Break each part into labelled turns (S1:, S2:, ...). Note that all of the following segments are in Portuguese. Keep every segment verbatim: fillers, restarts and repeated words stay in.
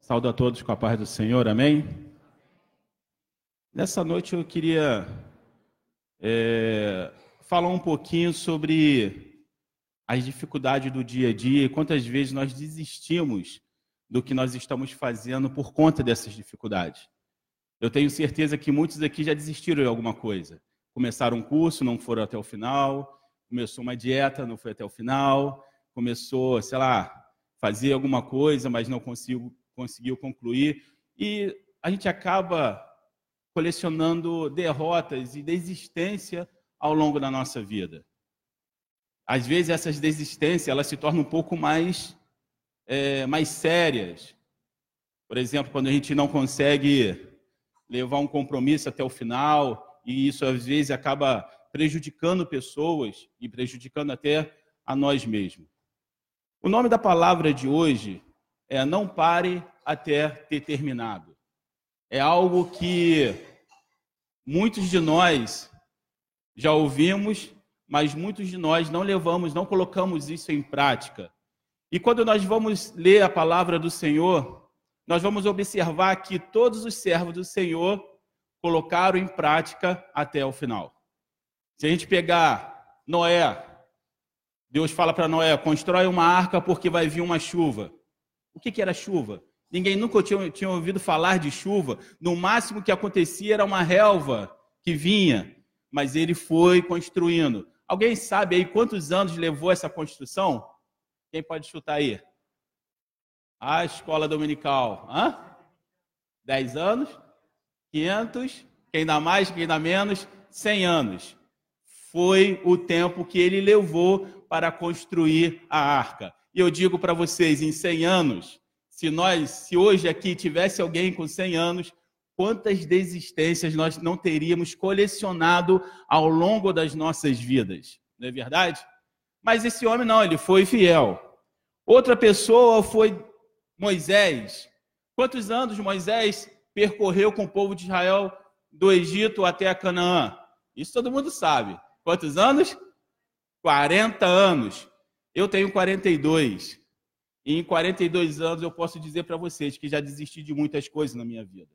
S1: Saúdo a todos com a paz do Senhor, amém? Nessa noite eu queria é, falar um pouquinho sobre as dificuldades do dia a dia e quantas vezes nós desistimos do que nós estamos fazendo por conta dessas dificuldades. Eu tenho certeza que muitos aqui já desistiram de alguma coisa. Começaram um curso, não foram até o final, começou uma dieta, não foi até o final, começou, sei lá, fazer alguma coisa, mas não conseguiu conseguiu concluir, e a gente acaba colecionando derrotas e desistência ao longo da nossa vida. Às vezes essas desistências elas se tornam um pouco mais, é, mais sérias. Por exemplo, quando a gente não consegue levar um compromisso até o final, e isso às vezes acaba prejudicando pessoas e prejudicando até a nós mesmos. O nome da palavra de hoje é não pare até ter terminado. É algo que muitos de nós já ouvimos, mas muitos de nós não levamos, não colocamos isso em prática. E quando nós vamos ler a palavra do Senhor, nós vamos observar que todos os servos do Senhor colocaram em prática até o final. Se a gente pegar Noé, Deus fala para Noé, constrói uma arca porque vai vir uma chuva. O que, que era chuva? Ninguém nunca tinha, tinha ouvido falar de chuva. No máximo que acontecia era uma relva que vinha, mas ele foi construindo. Alguém sabe aí quantos anos levou essa construção? Quem pode chutar aí? A escola dominical. Hã? Dez anos? Quinhentos? Quem dá mais, quem dá menos? Cem anos. Foi o tempo que ele levou para construir a arca. E eu digo para vocês, em cem anos, se nós, se hoje aqui tivesse alguém com cem anos, quantas desistências nós não teríamos colecionado ao longo das nossas vidas, não é verdade? Mas esse homem não, ele foi fiel. Outra pessoa foi Moisés. Quantos anos Moisés percorreu com o povo de Israel do Egito até a Canaã? Isso todo mundo sabe. Quantos anos? quarenta anos. Eu tenho quarenta e dois. E em quarenta e dois anos eu posso dizer para vocês que já desisti de muitas coisas na minha vida.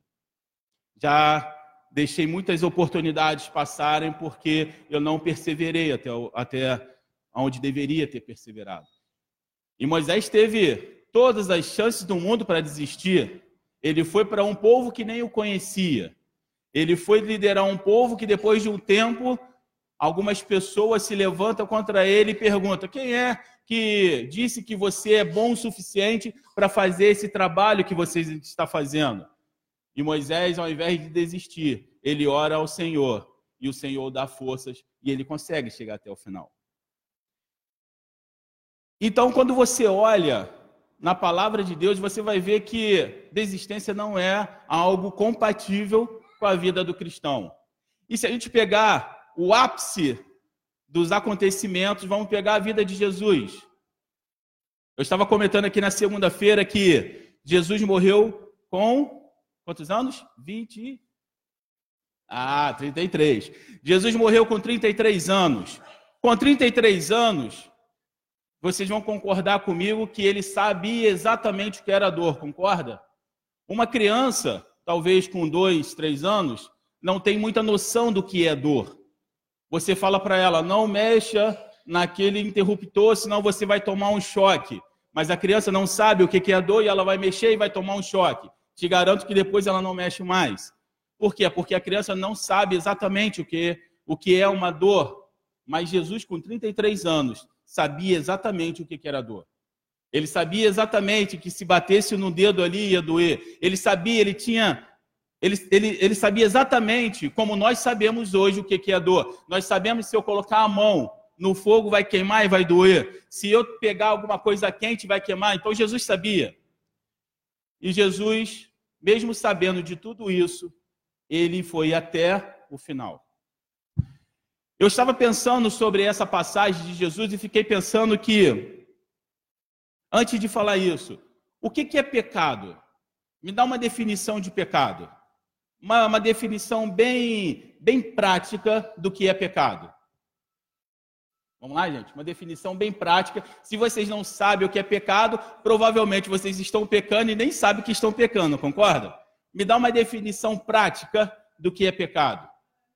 S1: Já deixei muitas oportunidades passarem porque eu não perseverei até, até onde deveria ter perseverado. E Moisés teve todas as chances do mundo para desistir. Ele foi para um povo que nem o conhecia. Ele foi liderar um povo que depois de um tempo, algumas pessoas se levantam contra ele e perguntam: quem é que disse que você é bom o suficiente para fazer esse trabalho que você está fazendo? E Moisés, ao invés de desistir, ele ora ao Senhor, e o Senhor dá forças, e ele consegue chegar até o final. Então, quando você olha na palavra de Deus, você vai ver que desistência não é algo compatível com a vida do cristão. E se a gente pegar o ápice dos acontecimentos, vamos pegar a vida de Jesus. Eu estava comentando aqui na segunda-feira que Jesus morreu com quantos anos? vinte. Ah, trinta e três. Jesus morreu com trinta e três anos. Com trinta e três anos, vocês vão concordar comigo que ele sabia exatamente o que era dor, concorda? Uma criança, talvez com dois, três anos, não tem muita noção do que é dor. Você fala para ela, não mexa naquele interruptor, senão você vai tomar um choque. Mas a criança não sabe o que é dor e ela vai mexer e vai tomar um choque. Te garanto que depois ela não mexe mais. Por quê? Porque a criança não sabe exatamente o que, o que é uma dor. Mas Jesus, com trinta e três anos, sabia exatamente o que era dor. Ele sabia exatamente que se batesse no dedo ali ia doer. Ele sabia, ele tinha... Ele, ele, ele sabia exatamente como nós sabemos hoje o que, que é dor. Nós sabemos se eu colocar a mão no fogo vai queimar e vai doer. Se eu pegar alguma coisa quente vai queimar. Então Jesus sabia. E Jesus, mesmo sabendo de tudo isso, ele foi até o final. Eu estava pensando sobre essa passagem de Jesus e fiquei pensando que, antes de falar isso, o que, que é pecado? Me dá uma definição de pecado. Uma, uma definição bem, bem prática do que é pecado. Vamos lá, gente? Uma definição bem prática. Se vocês não sabem o que é pecado, provavelmente vocês estão pecando e nem sabem que estão pecando, concorda? Me dá uma definição prática do que é pecado.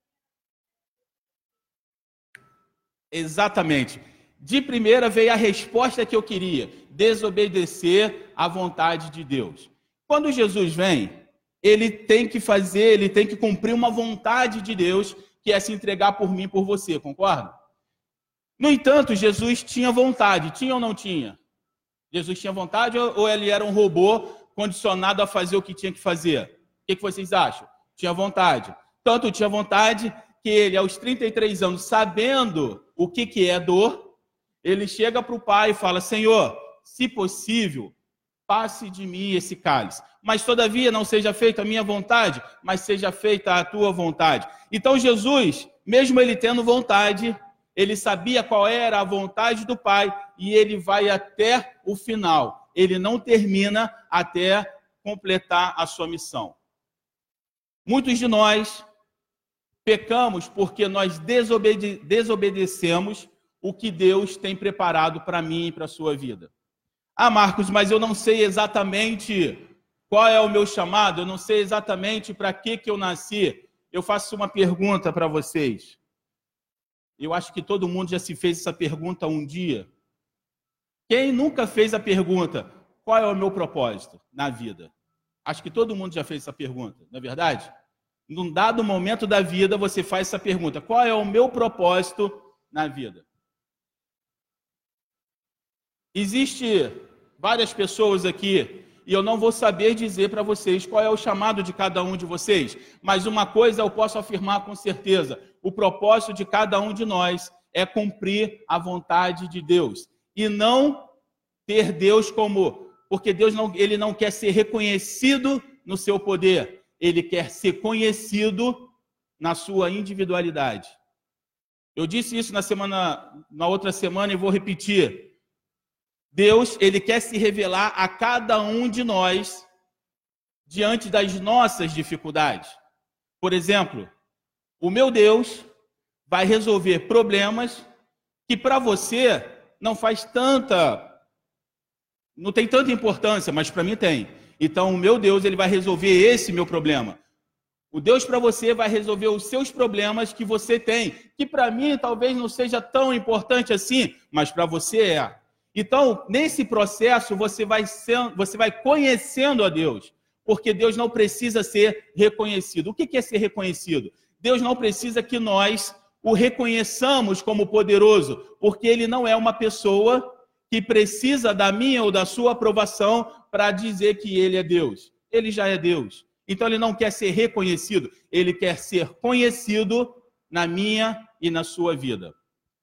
S1: Exatamente. De primeira veio a resposta que eu queria: desobedecer à vontade de Deus. Quando Jesus vem, ele tem que fazer, ele tem que cumprir uma vontade de Deus, que é se entregar por mim e por você, concorda? No entanto, Jesus tinha vontade, tinha ou não tinha? Jesus tinha vontade ou ele era um robô condicionado a fazer o que tinha que fazer? O que vocês acham? Tinha vontade. Tanto tinha vontade que ele, aos trinta e três anos, sabendo o que, que é dor, ele chega para o pai e fala: Senhor, se possível, passe de mim esse cálice. Mas, todavia, não seja feita a minha vontade, mas seja feita a tua vontade. Então, Jesus, mesmo ele tendo vontade, ele sabia qual era a vontade do Pai e ele vai até o final. Ele não termina até completar a sua missão. Muitos de nós pecamos porque nós desobede- desobedecemos o que Deus tem preparado para mim e para a sua vida. Ah, Marcos, mas eu não sei exatamente qual é o meu chamado, eu não sei exatamente para que, que eu nasci. Eu faço uma pergunta para vocês. Eu acho que todo mundo já se fez essa pergunta um dia. Quem nunca fez a pergunta, qual é o meu propósito na vida? Acho que todo mundo já fez essa pergunta, não é verdade? Num dado momento da vida, você faz essa pergunta: qual é o meu propósito na vida? Existem várias pessoas aqui, e eu não vou saber dizer para vocês qual é o chamado de cada um de vocês, mas uma coisa eu posso afirmar com certeza: o propósito de cada um de nós é cumprir a vontade de Deus, e não ter Deus como... Porque Deus não, ele não quer ser reconhecido no seu poder, ele quer ser conhecido na sua individualidade. Eu disse isso na semana, na outra semana e vou repetir. Deus, ele quer se revelar a cada um de nós diante das nossas dificuldades. Por exemplo, o meu Deus vai resolver problemas que para você não faz tanta, não tem tanta importância, mas para mim tem. Então, o meu Deus, ele vai resolver esse meu problema. O Deus para você vai resolver os seus problemas que você tem, que para mim talvez não seja tão importante assim, mas para você é. Então, nesse processo, você vai, sendo, você vai conhecendo a Deus, porque Deus não precisa ser reconhecido. O que é ser reconhecido? Deus não precisa que nós o reconheçamos como poderoso, porque ele não é uma pessoa que precisa da minha ou da sua aprovação para dizer que ele é Deus. Ele já é Deus. Então, ele não quer ser reconhecido, ele quer ser conhecido na minha e na sua vida.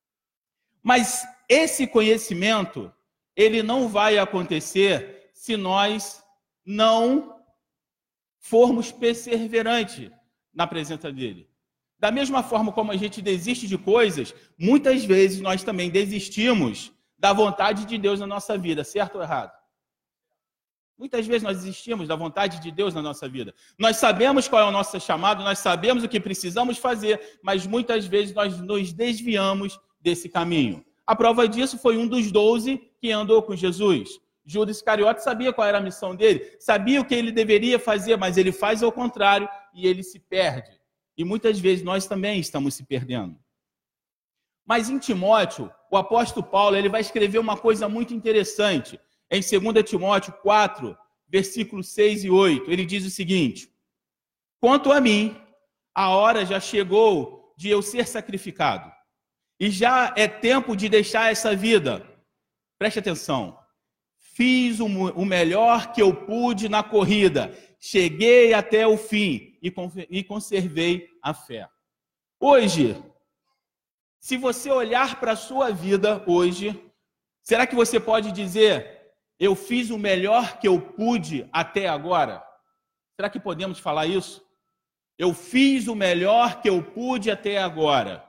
S1: Mas esse conhecimento, ele não vai acontecer se nós não formos perseverantes na presença dele. Da mesma forma como a gente desiste de coisas, muitas vezes nós também desistimos da vontade de Deus na nossa vida, certo ou errado? Muitas vezes nós desistimos da vontade de Deus na nossa vida. Nós sabemos qual é o nosso chamado, nós sabemos o que precisamos fazer, mas muitas vezes nós nos desviamos desse caminho. A prova disso foi um dos doze que andou com Jesus. Judas Iscariote sabia qual era a missão dele, sabia o que ele deveria fazer, mas ele faz ao contrário e ele se perde. E muitas vezes nós também estamos se perdendo. Mas em Timóteo, o apóstolo Paulo, ele vai escrever uma coisa muito interessante. Em dois Timóteo quatro, versículos seis e oito, ele diz o seguinte: quanto a mim, a hora já chegou de eu ser sacrificado. E já é tempo de deixar essa vida. Preste atenção. Fiz o melhor que eu pude na corrida. Cheguei até o fim e conservei a fé. Hoje, se você olhar para a sua vida hoje, será que você pode dizer: eu fiz o melhor que eu pude até agora? Será que podemos falar isso? Eu fiz o melhor que eu pude até agora.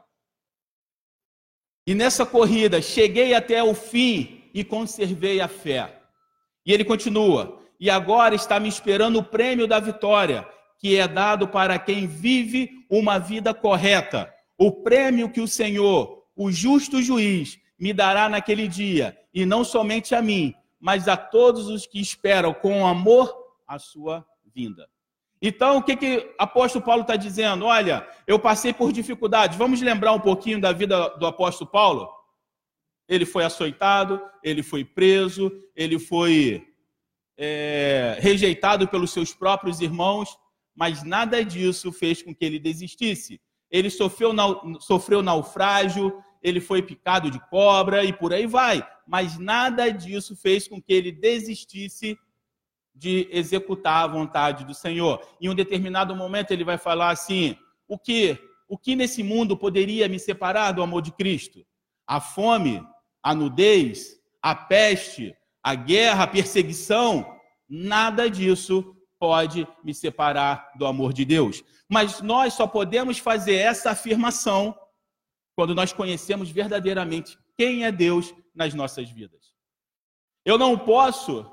S1: E nessa corrida, cheguei até o fim e conservei a fé. E ele continua: e agora está me esperando o prêmio da vitória, que é dado para quem vive uma vida correta. O prêmio que o Senhor, o justo juiz, me dará naquele dia, e não somente a mim, mas a todos os que esperam com amor a sua vinda. Então, o que, que o apóstolo Paulo está dizendo? Olha, eu passei por dificuldades. Vamos lembrar um pouquinho da vida do apóstolo Paulo? Ele foi açoitado, ele foi preso, ele foi é, rejeitado pelos seus próprios irmãos, mas nada disso fez com que ele desistisse. Ele sofreu, sofreu naufrágio, ele foi picado de cobra e por aí vai. Mas nada disso fez com que ele desistisse de executar a vontade do Senhor. Em um determinado momento ele vai falar assim, o que, o que nesse mundo poderia me separar do amor de Cristo? A fome, a nudez, a peste, a guerra, a perseguição, nada disso pode me separar do amor de Deus. Mas nós só podemos fazer essa afirmação quando nós conhecemos verdadeiramente quem é Deus nas nossas vidas. Eu não posso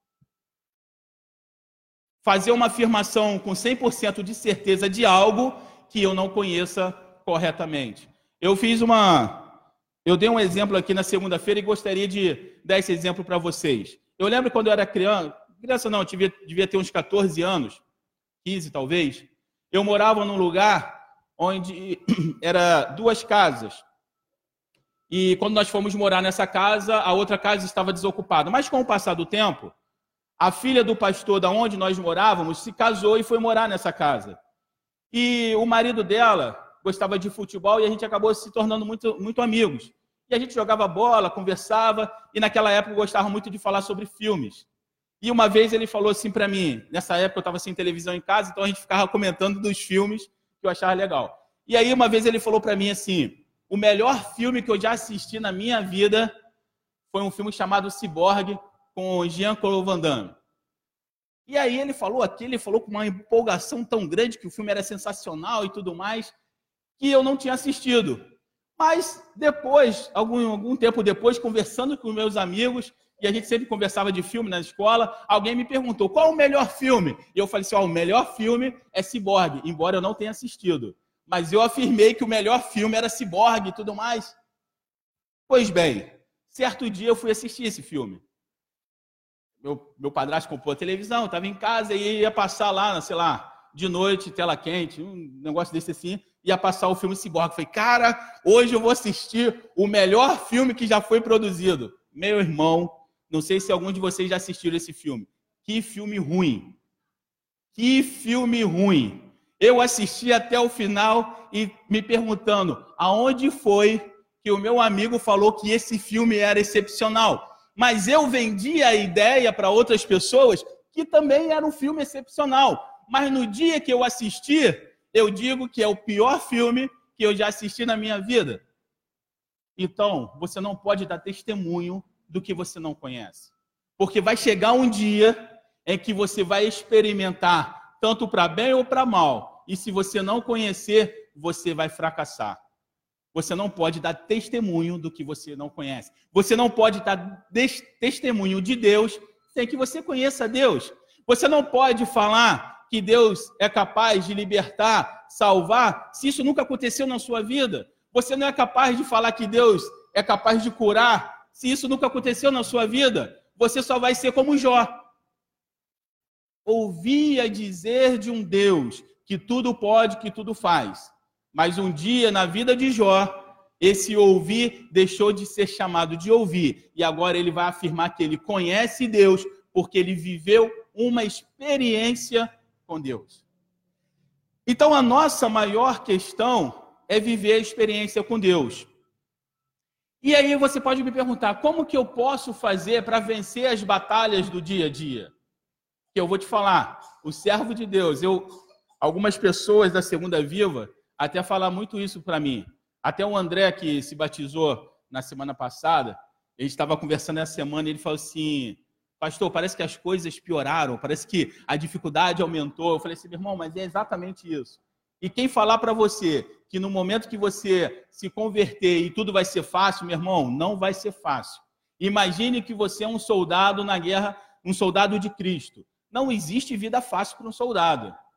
S1: fazer uma afirmação com cem por cento de certeza de algo que eu não conheça corretamente. Eu fiz uma... Eu dei um exemplo aqui na segunda-feira e gostaria de dar esse exemplo para vocês. Eu lembro quando eu era criança, criança não, eu devia, devia ter uns quatorze anos, quinze talvez, eu morava num lugar onde era duas casas. E quando nós fomos morar nessa casa, a outra casa estava desocupada. Mas com o passar do tempo, a filha do pastor da onde nós morávamos se casou e foi morar nessa casa. E o marido dela gostava de futebol e a gente acabou se tornando muito, muito amigos. E a gente jogava bola, conversava, e naquela época gostava muito de falar sobre filmes. E uma vez ele falou assim para mim, nessa época eu estava sem televisão em casa, então a gente ficava comentando dos filmes que eu achava legal. E aí uma vez ele falou para mim assim, o melhor filme que eu já assisti na minha vida foi um filme chamado Cyborg, com Jean-Claude Van Damme. E aí ele falou aquilo, ele falou com uma empolgação tão grande que o filme era sensacional e tudo mais, que eu não tinha assistido. Mas depois, algum, algum tempo depois, conversando com meus amigos, e a gente sempre conversava de filme na escola, alguém me perguntou, qual o melhor filme? E eu falei assim, ó, o melhor filme é Cyborg, embora eu não tenha assistido. Mas eu afirmei que o melhor filme era Cyborg e tudo mais. Pois bem, certo dia eu fui assistir esse filme. Meu, meu padrasto comprou a televisão, estava em casa e ia passar lá, sei lá, de noite, tela quente, um negócio desse assim, ia passar o filme Cyborg. Falei, cara, hoje eu vou assistir o melhor filme que já foi produzido. Meu irmão, não sei se algum de vocês já assistiram esse filme. Que filme ruim. Que filme ruim. Eu assisti até o final e me perguntando aonde foi que o meu amigo falou que esse filme era excepcional. Mas eu vendi a ideia para outras pessoas que também era um filme excepcional. Mas no dia que eu assisti, eu digo que é o pior filme que eu já assisti na minha vida. Então, você não pode dar testemunho do que você não conhece. Porque vai chegar um dia em que você vai experimentar, tanto para bem ou para mal. E se você não conhecer, você vai fracassar. Você não pode dar testemunho do que você não conhece. Você não pode dar testemunho de Deus sem que você conheça Deus. Você não pode falar que Deus é capaz de libertar, salvar, se isso nunca aconteceu na sua vida. Você não é capaz de falar que Deus é capaz de curar, se isso nunca aconteceu na sua vida. Você só vai ser como Jó. Ouvia dizer de um Deus que tudo pode, que tudo faz. Mas um dia, na vida de Jó, esse ouvir deixou de ser chamado de ouvir. E agora ele vai afirmar que ele conhece Deus, porque ele viveu uma experiência com Deus. Então, a nossa maior questão é viver a experiência com Deus. E aí você pode me perguntar, como que eu posso fazer para vencer as batalhas do dia a dia? Que eu vou te falar, o servo de Deus, eu, algumas pessoas da Segunda Viva até falar muito isso para mim. Até o André, que se batizou na semana passada, ele estava conversando essa semana e ele falou assim, pastor, parece que as coisas pioraram, parece que a dificuldade aumentou. Eu falei assim, meu irmão, mas é exatamente isso. E quem falar para você que no momento que você se converter e tudo vai ser fácil, meu irmão, não vai ser fácil. Imagine que você é um soldado na guerra, um soldado de Cristo. Não existe vida fácil para um soldado.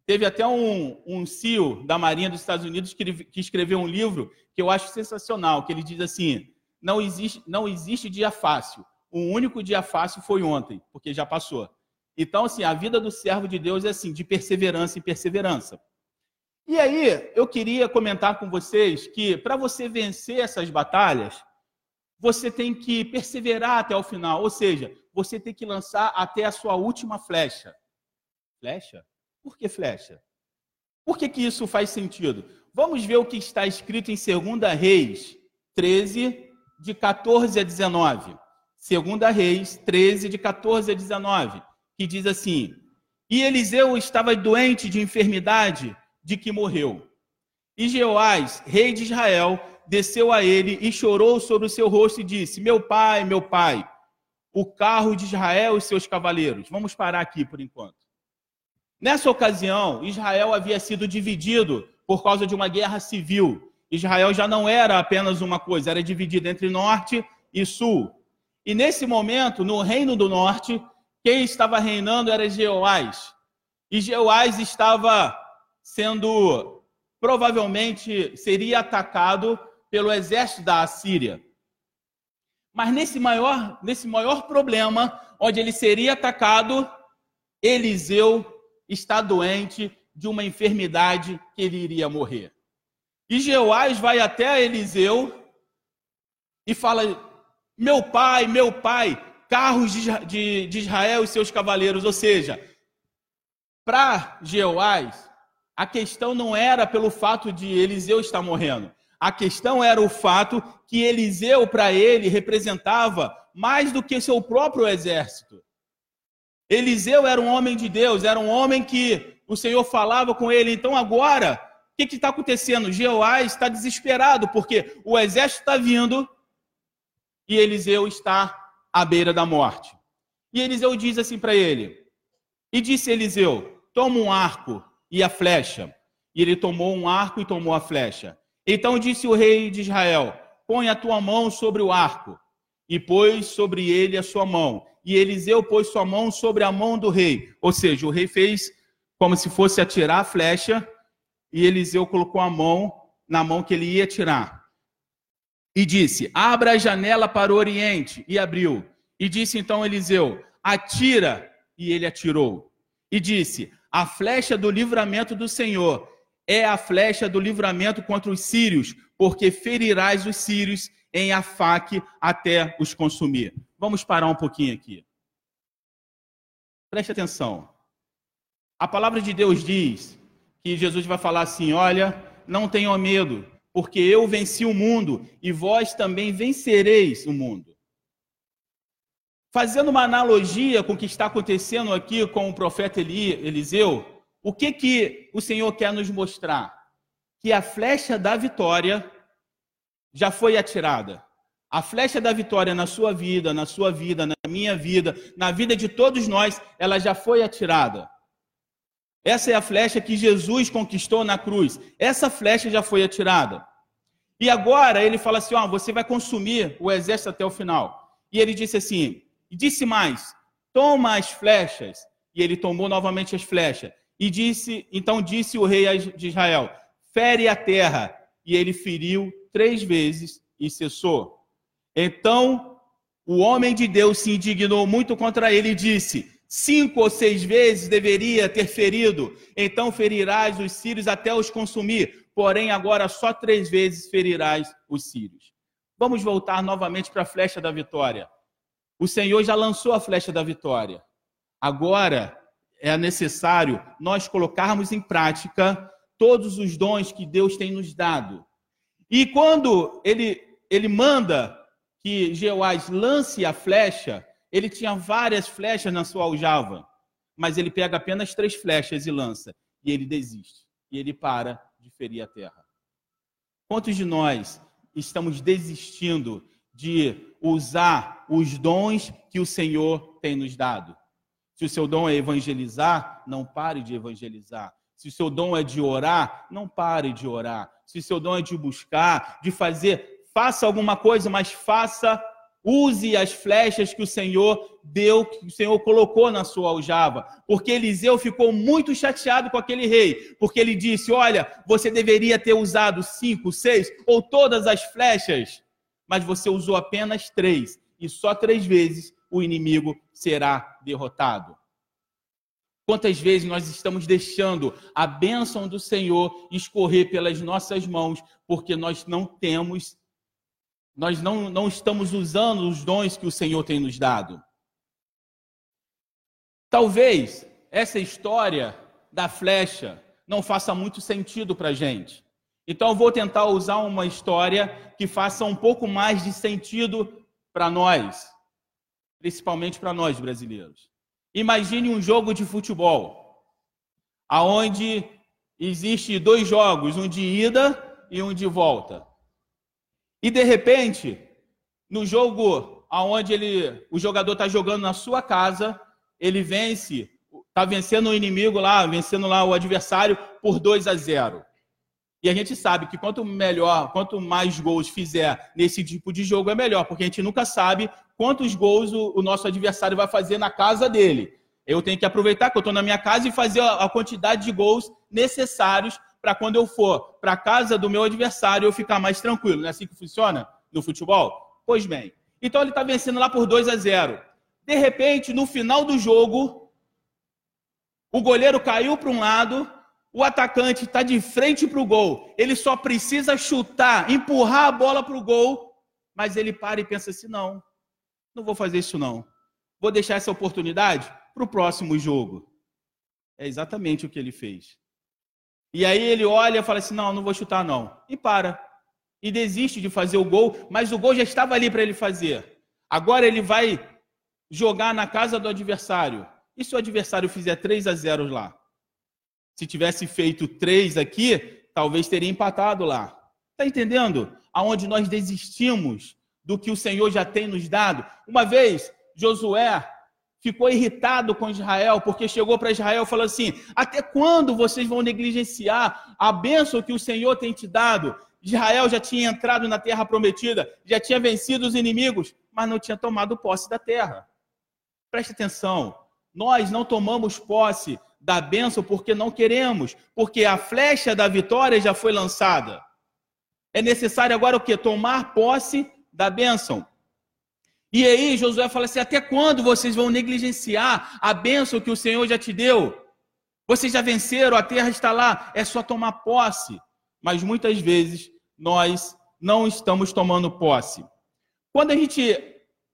S1: Teve até um, um C E O da Marinha dos Estados Unidos que, que escreveu um livro que eu acho sensacional, que ele diz assim, não existe, não existe dia fácil. O único dia fácil foi ontem, porque já passou. Então, assim, a vida do servo de Deus é assim, de perseverança em perseverança. E aí, eu queria comentar com vocês que para você vencer essas batalhas, você tem que perseverar até o final, ou seja, você tem que lançar até a sua última flecha. Flecha? Por que flecha? Por que que isso faz sentido? Vamos ver o que está escrito em Segunda Reis treze, de quatorze a dezenove. Segunda Reis treze, de quatorze a dezenove, que diz assim, e Eliseu estava doente de enfermidade de que morreu. E Jeoás, rei de Israel, desceu a ele e chorou sobre o seu rosto e disse, meu pai, meu pai, o carro de Israel e seus cavaleiros. Vamos parar aqui por enquanto. Nessa ocasião, Israel havia sido dividido por causa de uma guerra civil. Israel já não era apenas uma coisa, era dividido entre norte e sul. E nesse momento, no reino do norte, quem estava reinando era Jeoás. E Jeoás estava sendo, provavelmente, seria atacado pelo exército da Assíria. Mas nesse maior, nesse maior problema, onde ele seria atacado, Eliseu está doente de uma enfermidade que ele iria morrer. E Jeoás vai até Eliseu e fala, meu pai, meu pai, carros de, de, de Israel e seus cavaleiros. Ou seja, para Jeoás, a questão não era pelo fato de Eliseu estar morrendo. A questão era o fato que Eliseu, para ele, representava mais do que seu próprio exército. Eliseu era um homem de Deus, era um homem que o Senhor falava com ele. Então agora, o que está acontecendo? Jeoás está desesperado, porque o exército está vindo e Eliseu está à beira da morte. E Eliseu diz assim para ele, e disse Eliseu, toma um arco e a flecha. E ele tomou um arco e tomou a flecha. Então disse o rei de Israel, põe a tua mão sobre o arco. E pôs sobre ele a sua mão. E Eliseu pôs sua mão sobre a mão do rei. Ou seja, o rei fez como se fosse atirar a flecha, e Eliseu colocou a mão na mão que ele ia atirar. E disse, abra a janela para o oriente. E abriu. E disse então Eliseu, atira. E ele atirou. E disse, a flecha do livramento do Senhor é a flecha do livramento contra os sírios, porque ferirás os sírios em Afaque até os consumir. Vamos parar um pouquinho aqui. Preste atenção. A palavra de Deus diz que Jesus vai falar assim, olha, não tenham medo, porque eu venci o mundo e vós também vencereis o mundo. Fazendo uma analogia com o que está acontecendo aqui com o profeta Eli, Eliseu, o que, que o Senhor quer nos mostrar? Que a flecha da vitória já foi atirada. A flecha da vitória na sua vida, na sua vida, na minha vida, na vida de todos nós, ela já foi atirada. Essa é a flecha que Jesus conquistou na cruz. Essa flecha já foi atirada. E agora ele fala assim, ó, você vai consumir o exército até o final. E ele disse assim, e disse mais, toma as flechas. E ele tomou novamente as flechas. E disse, então disse o rei de Israel, fere a terra. E ele feriu três vezes e cessou. Então, o homem de Deus se indignou muito contra ele e disse, cinco ou seis vezes deveria ter ferido, então ferirás os sírios até os consumir, porém agora só três vezes ferirás os sírios. Vamos voltar novamente para a flecha da vitória. O Senhor já lançou a flecha da vitória. Agora é necessário nós colocarmos em prática todos os dons que Deus tem nos dado. E quando ele, ele manda que Jeoás lance a flecha, ele tinha várias flechas na sua aljava, mas ele pega apenas três flechas e lança, e ele desiste, e ele para de ferir a terra. Quantos de nós estamos desistindo de usar os dons que o Senhor tem nos dado? Se o seu dom é evangelizar, não pare de evangelizar. Se o seu dom é de orar, não pare de orar. Se o seu dom é de buscar, de fazer, faça alguma coisa, mas faça Use as flechas que o Senhor deu, que o Senhor colocou na sua aljava. Porque Eliseu ficou muito chateado com aquele rei. Porque ele disse, olha, você deveria ter usado cinco, seis ou todas as flechas. Mas você usou apenas três. E só três vezes o inimigo será derrotado. Quantas vezes nós estamos deixando a bênção do Senhor escorrer pelas nossas mãos, porque nós não temos, nós não, não estamos usando os dons que o Senhor tem nos dado. Talvez essa história da flecha não faça muito sentido para a gente. Então eu vou tentar usar uma história que faça um pouco mais de sentido para nós, principalmente para nós brasileiros. Imagine um jogo de futebol, aonde existe dois jogos, um de ida e um de volta. E de repente, no jogo aonde ele, o jogador está jogando na sua casa, ele vence, está vencendo o inimigo lá, vencendo lá o adversário por dois a zero. E a gente sabe que quanto melhor, quanto mais gols fizer nesse tipo de jogo é melhor, porque a gente nunca sabe quantos gols o, o nosso adversário vai fazer na casa dele. Eu tenho que aproveitar que eu estou na minha casa e fazer a, a quantidade de gols necessários para quando eu for para a casa do meu adversário eu ficar mais tranquilo. Não é assim que funciona no futebol? Pois bem. Então ele está vencendo lá por dois a zero. De repente, no final do jogo, o goleiro caiu para um lado, o atacante está de frente para o gol. Ele só precisa chutar, empurrar a bola para o gol, mas ele para e pensa assim, não, não vou fazer isso não. Vou deixar essa oportunidade para o próximo jogo. É exatamente o que ele fez. E aí ele olha e fala assim, não, não vou chutar não. E para. E desiste de fazer o gol, mas o gol já estava ali para ele fazer. Agora ele vai jogar na casa do adversário. E se o adversário fizer três a zero lá? Se tivesse feito três aqui, talvez teria empatado lá. Está entendendo? Aonde nós desistimos do que o Senhor já tem nos dado. Uma vez, Josué ficou irritado com Israel, porque chegou para Israel e falou assim, até quando vocês vão negligenciar a bênção que o Senhor tem te dado? Israel já tinha entrado na terra prometida, já tinha vencido os inimigos, mas não tinha tomado posse da terra. Preste atenção, nós não tomamos posse da bênção porque não queremos, porque a flecha da vitória já foi lançada. É necessário agora o quê? Tomar posse da bênção. E aí Josué fala assim, até quando vocês vão negligenciar a bênção que o Senhor já te deu? Vocês já venceram, a terra está lá, é só tomar posse. Mas muitas vezes nós não estamos tomando posse. Quando a gente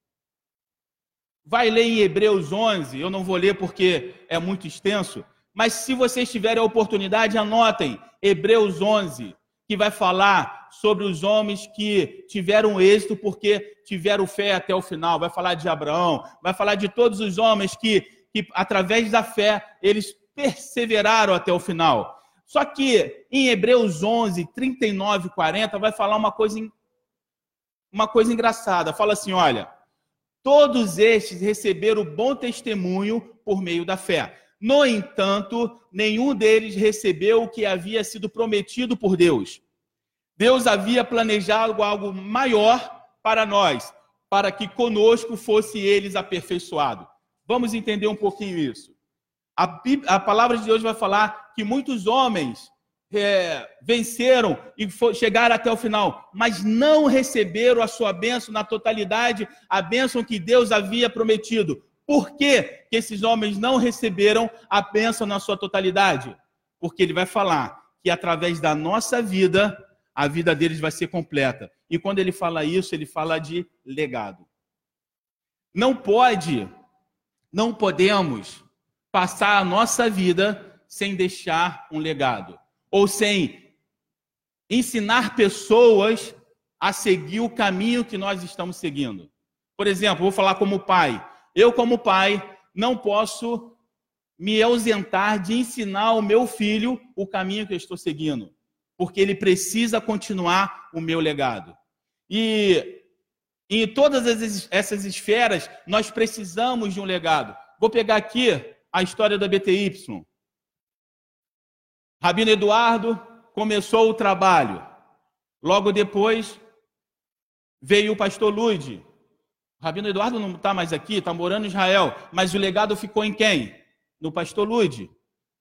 S1: vai ler em Hebreus onze, eu não vou ler porque é muito extenso, mas se vocês tiverem a oportunidade, anotem Hebreus onze, que vai falar sobre os homens que tiveram êxito porque tiveram fé até o final. Vai falar de Abraão, vai falar de todos os homens que, que através da fé, eles perseveraram até o final. Só que em Hebreus onze, trinta e nove, quarenta, vai falar uma coisa, uma coisa engraçada. Fala assim, olha, todos estes receberam bom testemunho por meio da fé. No entanto, nenhum deles recebeu o que havia sido prometido por Deus. Deus havia planejado algo maior para nós, para que conosco fosse eles aperfeiçoado. Vamos entender um pouquinho isso. A, Bíblia, a palavra de Deus vai falar que muitos homens é, venceram e for, chegaram até o final, mas não receberam a sua bênção na totalidade, a bênção que Deus havia prometido. Por que que esses homens não receberam a bênção na sua totalidade? Porque ele vai falar que através da nossa vida, a vida deles vai ser completa. E quando ele fala isso, ele fala de legado. Não pode, não podemos passar a nossa vida sem deixar um legado. Ou sem ensinar pessoas a seguir o caminho que nós estamos seguindo. Por exemplo, vou falar como pai. Eu, como pai, não posso me ausentar de ensinar ao meu filho o caminho que eu estou seguindo, porque ele precisa continuar o meu legado. E em todas essas esferas, nós precisamos de um legado. Vou pegar aqui a história da B T Y. Rabino Eduardo começou o trabalho. Logo depois, veio o pastor Luide. O Rabino Eduardo não está mais aqui, está morando em Israel, mas o legado ficou em quem? No pastor Lude.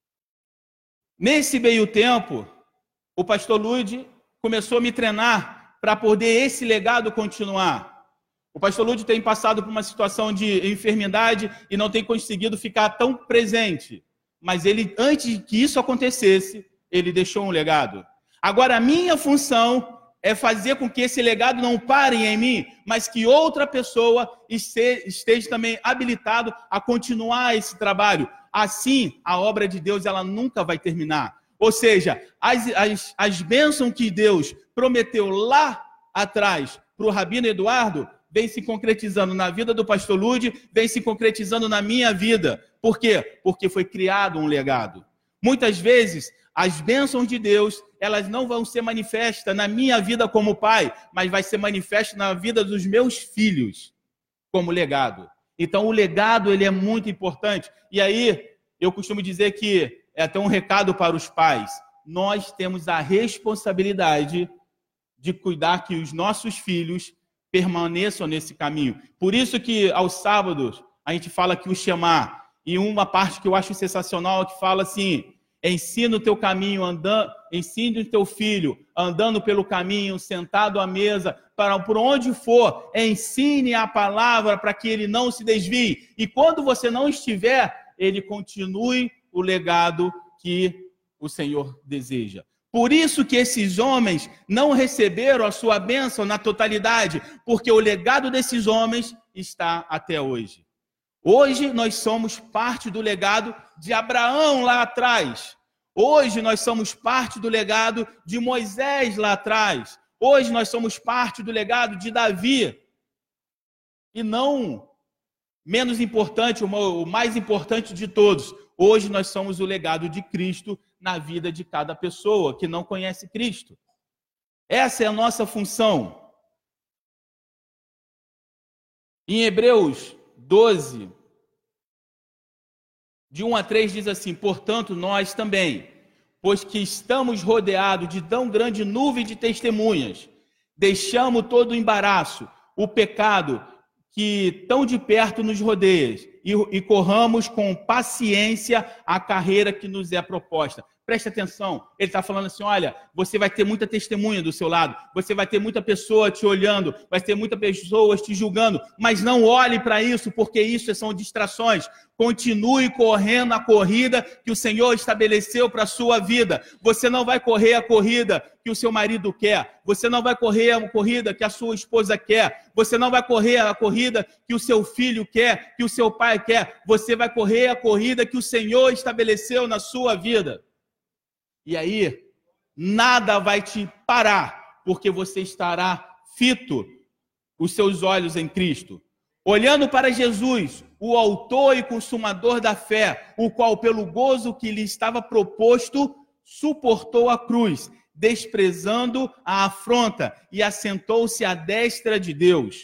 S1: Nesse meio tempo, o pastor Lude começou a me treinar para poder esse legado continuar. O pastor Lude tem passado por uma situação de enfermidade e não tem conseguido ficar tão presente. Mas ele, antes que isso acontecesse, ele deixou um legado. Agora, a minha função é fazer com que esse legado não pare em mim, mas que outra pessoa esteja também habilitado a continuar esse trabalho. Assim, a obra de Deus ela nunca vai terminar. Ou seja, as, as, as bênçãos que Deus prometeu lá atrás para o Rabino Eduardo, vem se concretizando na vida do pastor Lude, vem se concretizando na minha vida. Por quê? Porque foi criado um legado. Muitas vezes, as bênçãos de Deus, elas não vão ser manifestas na minha vida como pai, mas vai ser manifesta na vida dos meus filhos como legado. Então, o legado, ele é muito importante. E aí, eu costumo dizer que é até um recado para os pais. Nós temos a responsabilidade de cuidar que os nossos filhos permaneçam nesse caminho. Por isso que, aos sábados, a gente fala que o Shema, e uma parte que eu acho sensacional, é que fala assim: ensina o teu caminho andando, ensine o teu filho andando pelo caminho, sentado à mesa, para por onde for, ensine a palavra para que ele não se desvie. E quando você não estiver, ele continue o legado que o Senhor deseja. Por isso que esses homens não receberam a sua bênção na totalidade, porque o legado desses homens está até hoje. Hoje nós somos parte do legado de Abraão lá atrás. Hoje nós somos parte do legado de Moisés lá atrás. Hoje nós somos parte do legado de Davi. E não menos importante, o mais importante de todos, hoje nós somos o legado de Cristo na vida de cada pessoa que não conhece Cristo. Essa é a nossa função. Em Hebreus doze, de um a três, diz assim: portanto, nós também, pois que estamos rodeados de tão grande nuvem de testemunhas, deixamos todo o embaraço, o pecado que tão de perto nos rodeia, e, e corramos com paciência a carreira que nos é proposta. Preste atenção, ele está falando assim: olha, você vai ter muita testemunha do seu lado, você vai ter muita pessoa te olhando, vai ter muita pessoa te julgando, mas não olhe para isso, porque isso são distrações. Continue correndo a corrida que o Senhor estabeleceu para a sua vida. Você não vai correr a corrida que o seu marido quer, você não vai correr a corrida que a sua esposa quer, você não vai correr a corrida que o seu filho quer, que o seu pai quer, você vai correr a corrida que o Senhor estabeleceu na sua vida. E aí, nada vai te parar, porque você estará fito, os seus olhos em Cristo. Olhando para Jesus, o autor e consumador da fé, o qual, pelo gozo que lhe estava proposto, suportou a cruz, desprezando a afronta, e assentou-se à destra de Deus.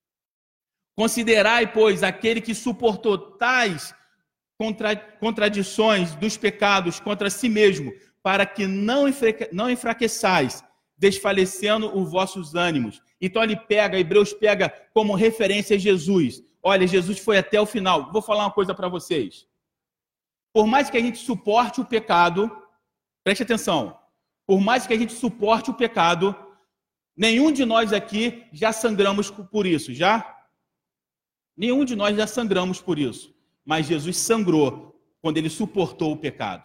S1: Considerai, pois, aquele que suportou tais contra, contradições dos pecados contra si mesmo, para que não, enfraque, não enfraqueçais, desfalecendo os vossos ânimos. Então ele pega, Hebreus pega como referência Jesus. Olha, Jesus foi até o final. Vou falar uma coisa para vocês. Por mais que a gente suporte o pecado, preste atenção, por mais que a gente suporte o pecado, nenhum de nós aqui já sangramos por isso, já? Nenhum de nós já sangramos por isso. Mas Jesus sangrou quando ele suportou o pecado.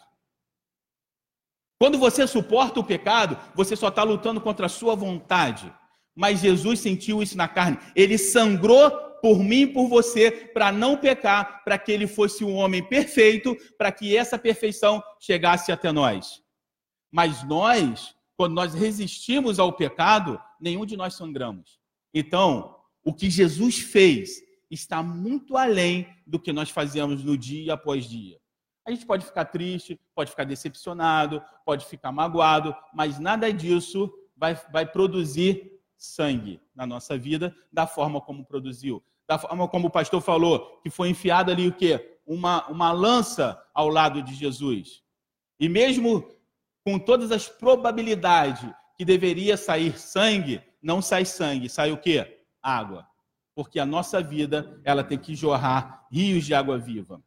S1: Quando você suporta o pecado, você só está lutando contra a sua vontade. Mas Jesus sentiu isso na carne. Ele sangrou por mim e por você, para não pecar, para que ele fosse um homem perfeito, para que essa perfeição chegasse até nós. Mas nós, quando nós resistimos ao pecado, nenhum de nós sangramos. Então, o que Jesus fez está muito além do que nós fazemos no dia após dia. A gente pode ficar triste, pode ficar decepcionado, pode ficar magoado, mas nada disso vai, vai produzir sangue na nossa vida da forma como produziu. Da forma como o pastor falou, que foi enfiada ali o quê? Uma, uma lança ao lado de Jesus. E mesmo com todas as probabilidades que deveria sair sangue, não sai sangue, sai o quê? Água. porque a nossa vida, ela tem que jorrar rios de água viva.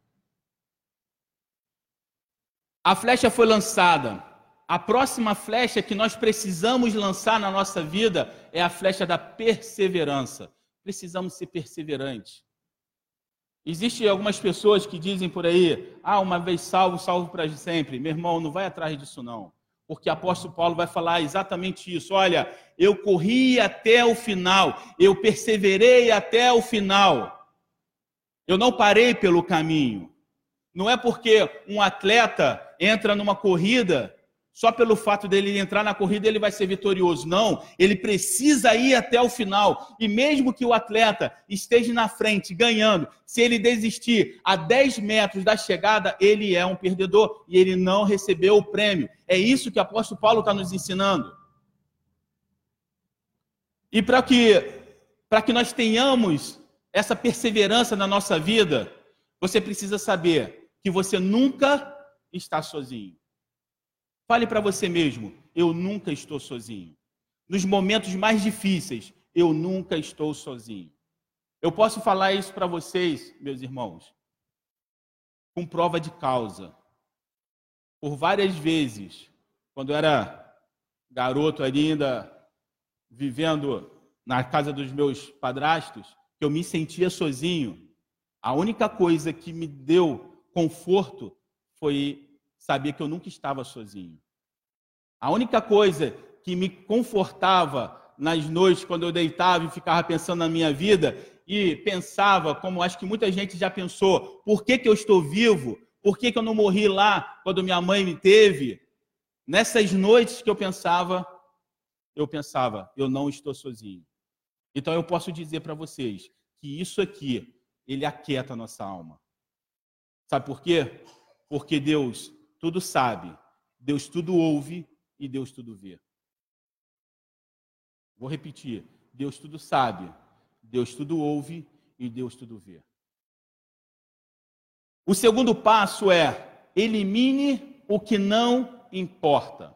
S1: A flecha foi lançada. A próxima flecha que nós precisamos lançar na nossa vida é a flecha da perseverança. Precisamos ser perseverantes. Existem algumas pessoas que dizem por aí, ah, uma vez salvo, salvo para sempre. Meu irmão, não vai atrás disso não. Porque o apóstolo Paulo vai falar exatamente isso. Olha, eu corri até o final, eu perseverei até o final. Eu não parei pelo caminho. Não é porque um atleta entra numa corrida, só pelo fato dele entrar na corrida ele vai ser vitorioso. Não, ele precisa ir até o final. E mesmo que o atleta esteja na frente, ganhando, se ele desistir a dez metros da chegada, ele é um perdedor e ele não recebeu o prêmio. É isso que o apóstolo Paulo está nos ensinando. E para que, para que nós tenhamos essa perseverança na nossa vida, você precisa saber que você nunca está sozinho. Fale para você mesmo, eu nunca estou sozinho. Nos momentos mais difíceis, eu nunca estou sozinho. Eu posso falar isso para vocês, meus irmãos, com prova de causa. Por várias vezes, quando eu era garoto ainda, vivendo na casa dos meus padrastos, que eu me sentia sozinho, a única coisa que me deu conforto foi saber que eu nunca estava sozinho. A única coisa que me confortava nas noites, quando eu deitava e ficava pensando na minha vida, e pensava, como acho que muita gente já pensou, por que que eu estou vivo? Por que que eu não morri lá quando minha mãe me teve? Nessas noites que eu pensava, eu pensava, eu não estou sozinho. Então eu posso dizer para vocês que isso aqui, ele aquieta a nossa alma. Sabe por quê? Porque Deus tudo sabe, Deus tudo ouve e Deus tudo vê. Vou repetir. Deus tudo sabe, Deus tudo ouve e Deus tudo vê. O segundo passo é, elimine o que não importa.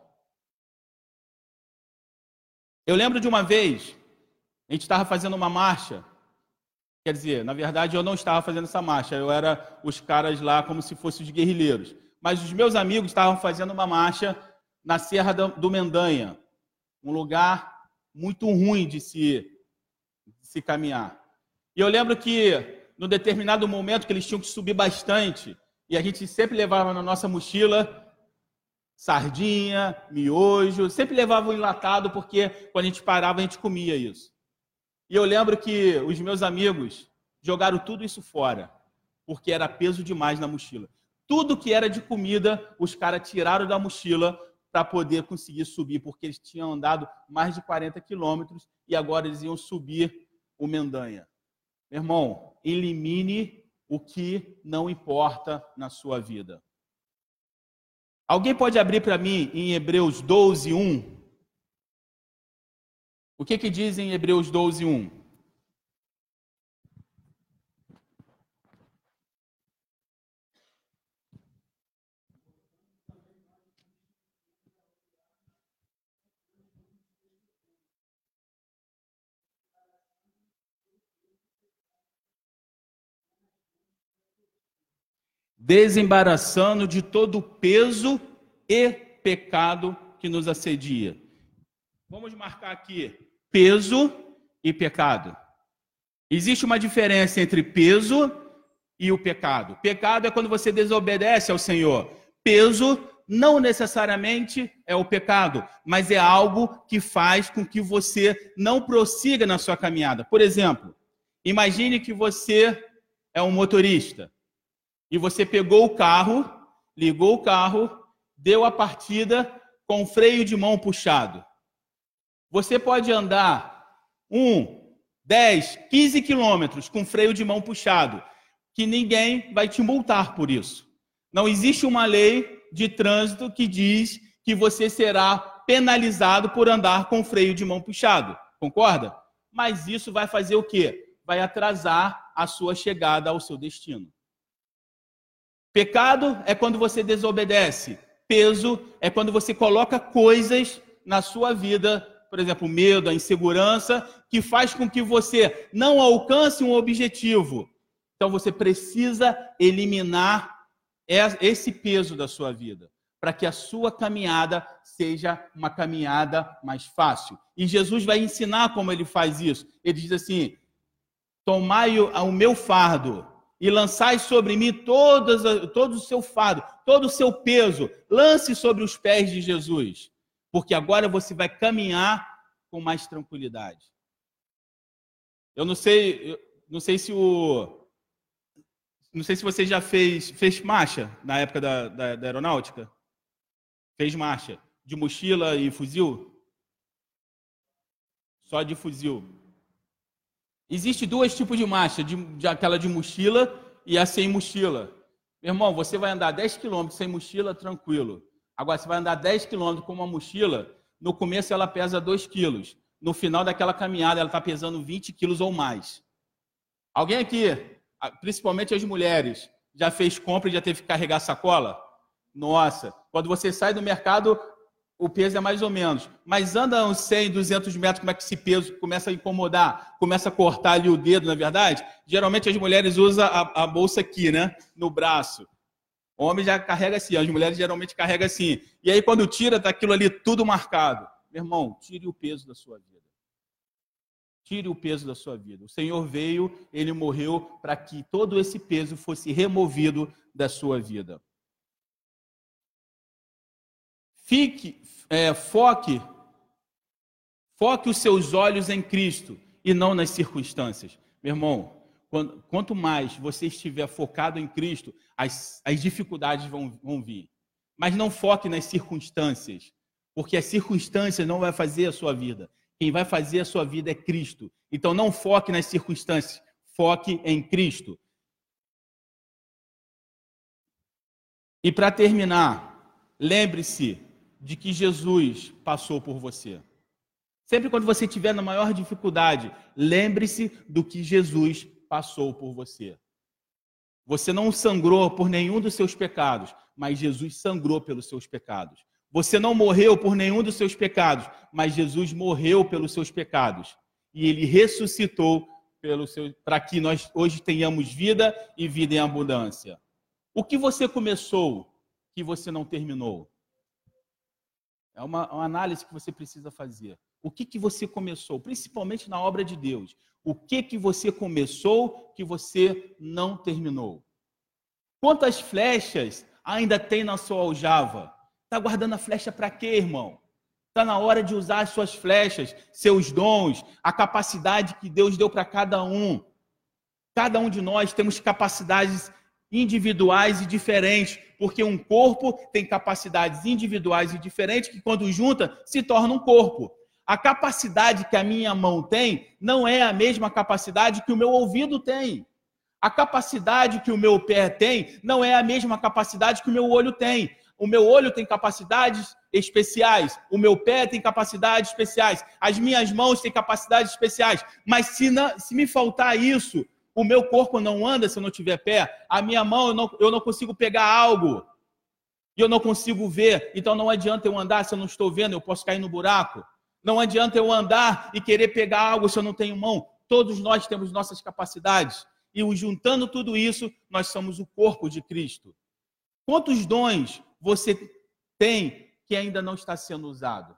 S1: Eu lembro de uma vez, a gente estava fazendo uma marcha, quer dizer, na verdade eu não estava fazendo essa marcha, eu era os caras lá como se fossem os guerrilheiros. Mas os meus amigos estavam fazendo uma marcha na Serra do Mendanha, um lugar muito ruim de se, de se caminhar. E eu lembro que, num determinado momento, que eles tinham que subir bastante, e a gente sempre levava na nossa mochila sardinha, miojo, sempre levava um enlatado, porque quando a gente parava, a gente comia isso. E eu lembro que os meus amigos jogaram tudo isso fora, porque era peso demais na mochila. Tudo que era de comida, os caras tiraram da mochila para poder conseguir subir, porque eles tinham andado mais de quarenta quilômetros e agora eles iam subir o Mendanha. Meu irmão, elimine o que não importa na sua vida. Alguém pode abrir para mim em Hebreus doze, um? O que que diz em Hebreus doze, um? Desembaraçando de todo o peso e pecado que nos assedia. Vamos marcar aqui, peso e pecado. Existe uma diferença entre peso e o pecado. Pecado é quando você desobedece ao Senhor. Peso não necessariamente é o pecado, mas é algo que faz com que você não prossiga na sua caminhada. Por exemplo, imagine que você é um motorista. E você pegou o carro, ligou o carro, deu a partida com o freio de mão puxado. Você pode andar um, dez, quinze quilômetros com freio de mão puxado, que ninguém vai te multar por isso. Não existe uma lei de trânsito que diz que você será penalizado por andar com freio de mão puxado. Concorda? Mas isso vai fazer o quê? Vai atrasar a sua chegada ao seu destino. Pecado é quando você desobedece. Peso é quando você coloca coisas na sua vida por exemplo, o medo, a insegurança, que faz com que você não alcance um objetivo. Então você precisa eliminar esse peso da sua vida, para que a sua caminhada seja uma caminhada mais fácil. E Jesus vai ensinar como ele faz isso. Ele diz assim: tomai o meu fardo e lançai sobre mim todos, todo o seu fardo, todo o seu peso. Lance sobre os pés de Jesus, porque agora você vai caminhar com mais tranquilidade. Eu não sei, eu não sei se o... Não sei se você já fez, fez marcha na época da, da, da aeronáutica. Fez marcha de mochila e fuzil? Só de fuzil. Existe dois tipos de marcha, de, de aquela de mochila e a sem mochila. Meu irmão, você vai andar dez quilômetros sem mochila, tranquilo. Agora, você vai andar dez quilômetros com uma mochila, no começo ela pesa dois quilos. No final daquela caminhada, ela está pesando vinte quilos ou mais. Alguém aqui, principalmente as mulheres, já fez compra e já teve que carregar sacola? Nossa, quando você sai do mercado, o peso é mais ou menos. Mas anda uns cem, duzentos metros, como é que esse peso começa a incomodar? Começa a cortar ali o dedo, na verdade? Geralmente as mulheres usam a, a bolsa aqui, né? No braço. O homem já carrega assim, as mulheres geralmente carregam assim. E aí quando tira, tá aquilo ali tudo marcado. Meu irmão, tire o peso da sua vida. Tire o peso da sua vida. O Senhor veio, Ele morreu para que todo esse peso fosse removido da sua vida. Fique, é, foque, foque os seus olhos em Cristo e não nas circunstâncias. Meu irmão, quando, quanto mais você estiver focado em Cristo, as, as dificuldades vão, vão vir. Mas não foque nas circunstâncias, porque as circunstâncias não vão fazer a sua vida. Quem vai fazer a sua vida é Cristo. Então não foque nas circunstâncias, foque em Cristo. E para terminar, lembre-se de que Jesus passou por você. Sempre quando você estiver na maior dificuldade, lembre-se do que Jesus passou por você. Você não sangrou por nenhum dos seus pecados, mas Jesus sangrou pelos seus pecados. Você não morreu por nenhum dos seus pecados, mas Jesus morreu pelos seus pecados. E Ele ressuscitou para que nós hoje tenhamos vida e vida em abundância. O que você começou que você não terminou? É uma, uma análise que você precisa fazer. O que, que você começou, principalmente na obra de Deus? O que, que você começou que você não terminou? Quantas flechas ainda tem na sua aljava? Está guardando a flecha para quê, irmão? Está na hora de usar as suas flechas, seus dons, a capacidade que Deus deu para cada um. Cada um de nós temos capacidades individuais e diferentes, porque um corpo tem capacidades individuais e diferentes que, quando junta, se torna um corpo. A capacidade que a minha mão tem não é a mesma capacidade que o meu ouvido tem. A capacidade que o meu pé tem não é a mesma capacidade que o meu olho tem. O meu olho tem capacidades especiais, o meu pé tem capacidades especiais, as minhas mãos têm capacidades especiais. Mas se, não, se me faltar isso, o meu corpo não anda se eu não tiver pé, a minha mão eu não, eu não consigo pegar algo, e eu não consigo ver, então não adianta eu andar se eu não estou vendo, eu posso cair no buraco. Não adianta eu andar e querer pegar algo se eu não tenho mão. Todos nós temos nossas capacidades, e juntando tudo isso, nós somos o corpo de Cristo. Quantos dons você tem que ainda não está sendo usado?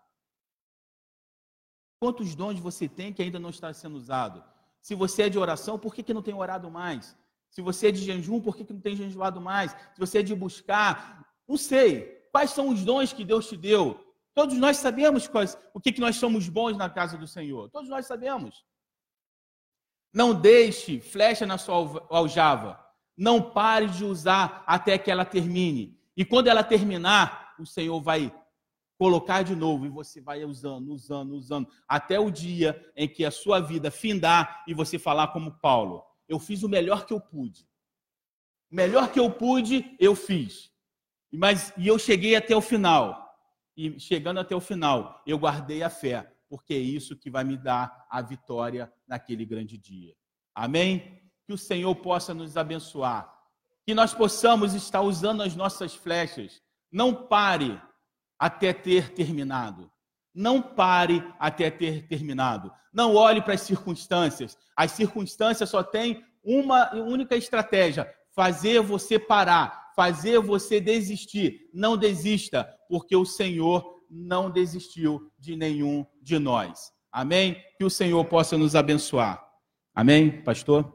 S1: Quantos dons você tem que ainda não está sendo usado? Se você é de oração, por que, que não tem orado mais? Se você é de jejum, por que, que não tem jejuado mais? Se você é de buscar, não sei. Quais são os dons que Deus te deu? Todos nós sabemos quais, o que, que nós somos bons na casa do Senhor. Todos nós sabemos. Não deixe flecha na sua aljava. Não pare de usar até que ela termine. E quando ela terminar, o Senhor vai colocar de novo e você vai usando, usando, usando, até o dia em que a sua vida findar e você falar como Paulo: eu fiz o melhor que eu pude. O melhor que eu pude, eu fiz. Mas, e eu cheguei até o final. E chegando até o final, eu guardei a fé, porque é isso que vai me dar a vitória naquele grande dia. Amém? Que o Senhor possa nos abençoar. Que nós possamos estar usando as nossas flechas. Não pare até ter terminado. Não pare até ter terminado. Não olhe para as circunstâncias. As circunstâncias só têm uma única estratégia: fazer você parar, fazer você desistir. Não desista, porque o Senhor não desistiu de nenhum de nós. Amém? Que o Senhor possa nos abençoar. Amém, pastor?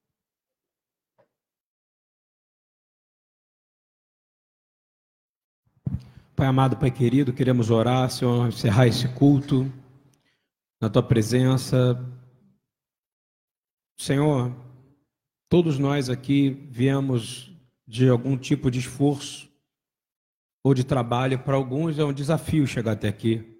S2: Pai amado, Pai querido, queremos orar, Senhor, encerrar esse culto na Tua presença. Senhor, todos nós aqui viemos de algum tipo de esforço ou de trabalho. Para alguns é um desafio chegar até aqui.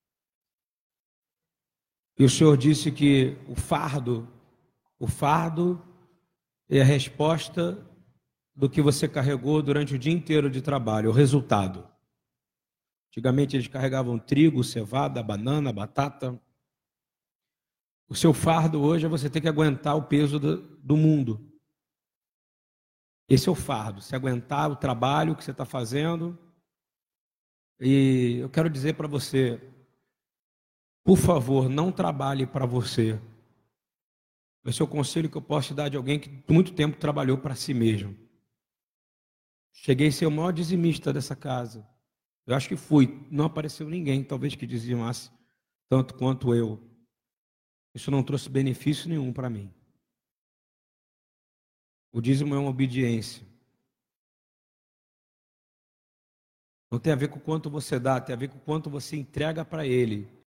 S2: E o Senhor disse que o fardo, o fardo é a resposta do que você carregou durante o dia inteiro de trabalho, o resultado. Antigamente eles carregavam trigo, cevada, banana, batata. O seu fardo hoje é você ter que aguentar o peso do, do mundo. Esse é o fardo, se aguentar o trabalho que você está fazendo. E eu quero dizer para você, por favor, não trabalhe para você. Esse é o conselho que eu posso te dar de alguém que por muito tempo trabalhou para si mesmo. Cheguei a ser o maior dizimista dessa casa. Eu acho que fui. Não apareceu ninguém, talvez, que dizimasse tanto quanto eu. Isso não trouxe benefício nenhum para mim. O dízimo é uma obediência. Não tem a ver com o quanto você dá, tem a ver com o quanto você entrega para Ele.